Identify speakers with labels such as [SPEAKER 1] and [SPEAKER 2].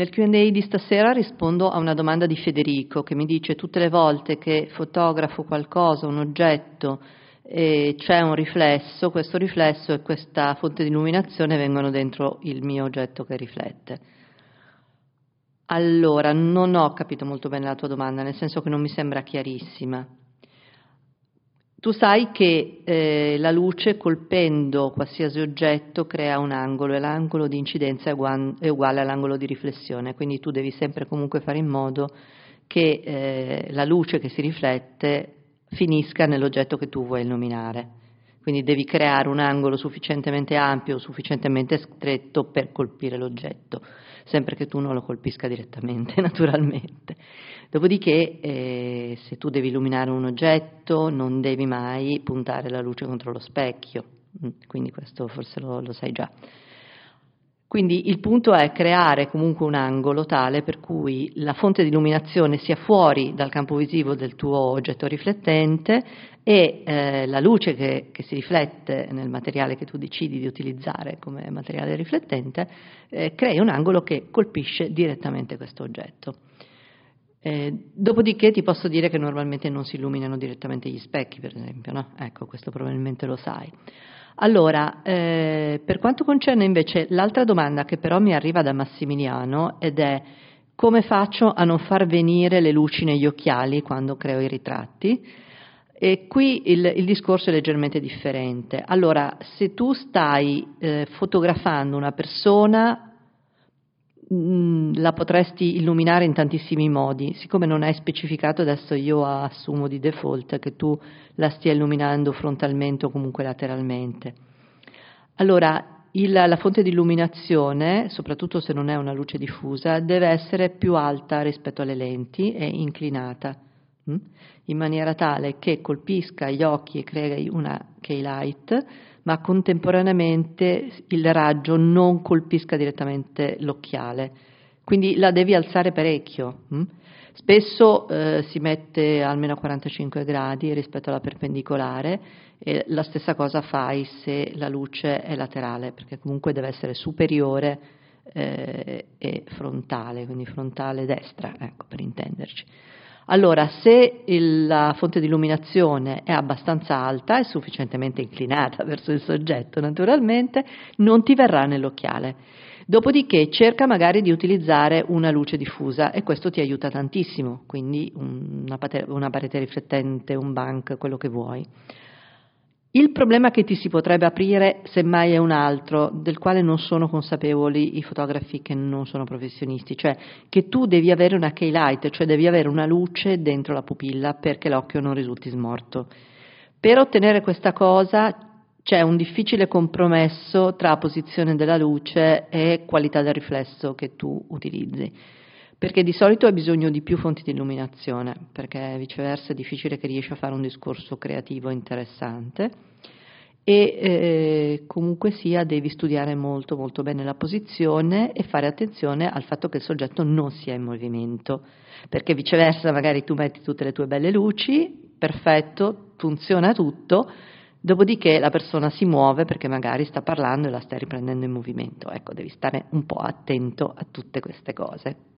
[SPEAKER 1] Nel Q&A di stasera rispondo a una domanda di Federico che mi dice: tutte le volte che fotografo qualcosa, un oggetto, e c'è un riflesso, questo riflesso e questa fonte di illuminazione vengono dentro il mio oggetto che riflette. Allora, non ho capito molto bene la tua domanda, nel senso che non mi sembra chiarissima. Tu sai che la luce, colpendo qualsiasi oggetto, crea un angolo e l'angolo di incidenza è uguale all'angolo di riflessione, quindi tu devi sempre comunque fare in modo che la luce che si riflette finisca nell'oggetto che tu vuoi illuminare. Quindi devi creare un angolo sufficientemente ampio o sufficientemente stretto per colpire l'oggetto, sempre che tu non lo colpisca direttamente, naturalmente. Dopodiché, se tu devi illuminare un oggetto, non devi mai puntare la luce contro lo specchio, quindi questo forse lo sai già. Quindi il punto è creare comunque un angolo tale per cui la fonte di illuminazione sia fuori dal campo visivo del tuo oggetto riflettente e la luce che si riflette nel materiale che tu decidi di utilizzare come materiale riflettente crei un angolo che colpisce direttamente questo oggetto. Dopodiché ti posso dire che normalmente non si illuminano direttamente gli specchi, per esempio, no? Ecco, questo probabilmente lo sai. Allora, per quanto concerne invece l'altra domanda che però mi arriva da Massimiliano ed è: come faccio a non far venire le luci negli occhiali quando creo i ritratti? E qui il discorso è leggermente differente. Allora, se tu stai fotografando una persona, la potresti illuminare in tantissimi modi. Siccome non hai specificato, adesso io assumo di default che tu la stia illuminando frontalmente o comunque lateralmente. Allora, la fonte di illuminazione, soprattutto se non è una luce diffusa, deve essere più alta rispetto alle lenti e inclinata, in maniera tale che colpisca gli occhi e crei una key light, ma contemporaneamente il raggio non colpisca direttamente l'occhiale. Quindi la devi alzare parecchio. Spesso si mette almeno a 45 gradi rispetto alla perpendicolare, e la stessa cosa fai se la luce è laterale, perché comunque deve essere superiore e frontale, quindi frontale destra, ecco, per intenderci. Allora, se la fonte di illuminazione è abbastanza alta e sufficientemente inclinata verso il soggetto, naturalmente, non ti verrà nell'occhiale. Dopodiché cerca magari di utilizzare una luce diffusa e questo ti aiuta tantissimo, quindi una parete riflettente, un bank, quello che vuoi. Il problema che ti si potrebbe aprire, semmai, è un altro, del quale non sono consapevoli i fotografi che non sono professionisti, cioè che tu devi avere una key light, cioè devi avere una luce dentro la pupilla perché l'occhio non risulti smorto. Per ottenere questa cosa c'è un difficile compromesso tra posizione della luce e qualità del riflesso che tu utilizzi, perché di solito hai bisogno di più fonti di illuminazione, perché viceversa è difficile che riesci a fare un discorso creativo interessante, e comunque sia devi studiare molto molto bene la posizione e fare attenzione al fatto che il soggetto non sia in movimento, perché viceversa magari tu metti tutte le tue belle luci, perfetto, funziona tutto, dopodiché la persona si muove perché magari sta parlando e la stai riprendendo in movimento. Ecco, devi stare un po' attento a tutte queste cose.